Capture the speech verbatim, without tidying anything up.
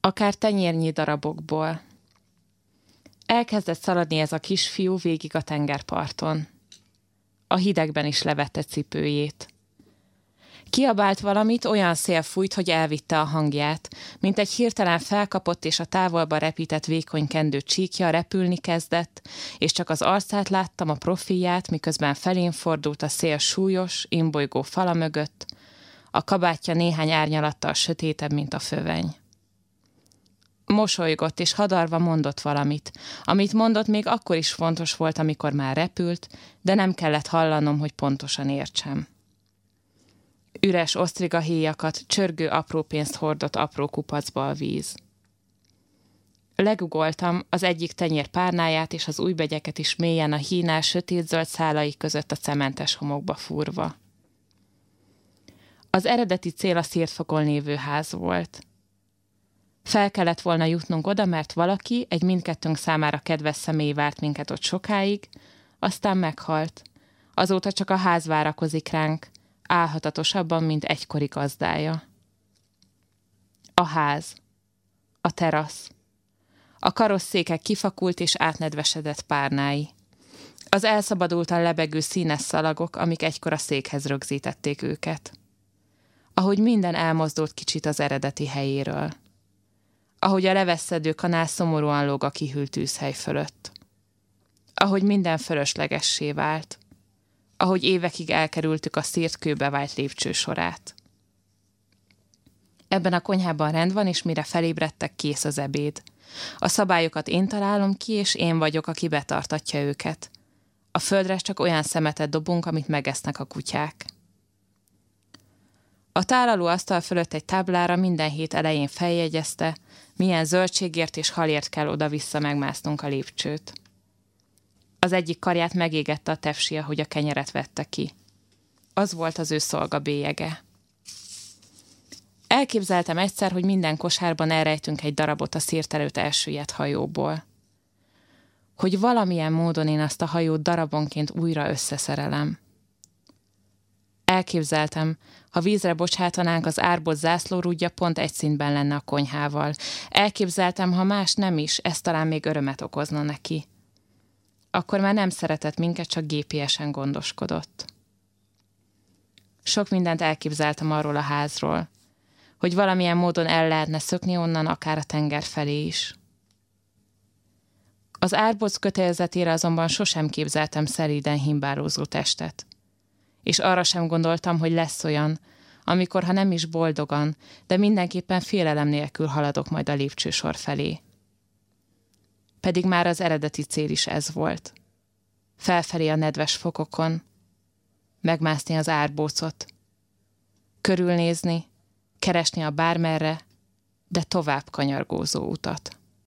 akár tenyérnyi darabokból. Elkezdett szaladni ez a kisfiú végig a tengerparton. A hidegben is levette cipőjét. Kiabált valamit, olyan szél fújt, hogy elvitte a hangját, mint egy hirtelen felkapott és a távolba repített vékony kendő csíkja repülni kezdett, és csak az arcát láttam, a profilját, miközben felén fordult a szél súlyos, imbolygó fala mögött, a kabátja néhány árnyalattal sötétebb, mint a föveny. Mosolygott, és hadarva mondott valamit. Amit mondott, még akkor is fontos volt, amikor már repült, de nem kellett hallanom, hogy pontosan értsem. Üres osztrigahéjakat, csörgő apró pénzt hordott apró kupacba a víz. Legugoltam, az egyik tenyér párnáját és az ujjbegyeket is mélyen a hínál sötétzöld szálai között a cementes homokba fúrva. Az eredeti cél a Szirtfokon lévő ház volt. Fel kellett volna jutnunk oda, mert valaki, egy mindkettőnk számára kedves személy várt minket ott sokáig, aztán meghalt. Azóta csak a ház várakozik ránk, álhatatosabban, mint egykori gazdája. A ház. A terasz. A karosszékek kifakult és átnedvesedett párnái. Az elszabadultan lebegő színes szalagok, amik egykor a székhez rögzítették őket. Ahogy minden elmozdult kicsit az eredeti helyéről. Ahogy a levesszedő kanál szomorúan lóg a kihűlt tűzhely fölött. Ahogy minden fölöslegessé vált. Ahogy évekig elkerültük a szírt kőbe vált lépcsősorát. Ebben a konyhában rend van, és mire felébredtek, kész az ebéd. A szabályokat én találom ki, és én vagyok, aki betartatja őket. A földre csak olyan szemetet dobunk, amit megesznek a kutyák. A tálaló asztal fölött egy táblára minden hét elején feljegyezte, milyen zöldségért és halért kell oda-vissza megmásznunk a lépcsőt. Az egyik karját megégette a tepsi, ahogy a kenyeret vette ki. Az volt az ő szolgabélyege. Elképzeltem egyszer, hogy minden kosárban elrejtünk egy darabot a szírt előtt elsüllyedt hajóból. Hogy valamilyen módon én azt a hajót darabonként újra összeszerelem. Elképzeltem, ha vízre bocsátanánk, az árbóc zászlórúdja pont egy szintben lenne a konyhával. Elképzeltem, ha más nem is, ez talán még örömet okozna neki. Akkor már nem szeretett minket, csak gé pé es-en gondoskodott. Sok mindent elképzeltem arról a házról, hogy valamilyen módon el lehetne szökni onnan, akár a tenger felé is. Az árbóc kötelezetére azonban sosem képzeltem szelíden himbálózó testet. És arra sem gondoltam, hogy lesz olyan, amikor, ha nem is boldogan, de mindenképpen félelem nélkül haladok majd a lépcsősor felé. Pedig már az eredeti cél is ez volt. Felfelé a nedves fokokon, megmászni az árbócot, körülnézni, keresni a bármerre, de tovább kanyargózó utat.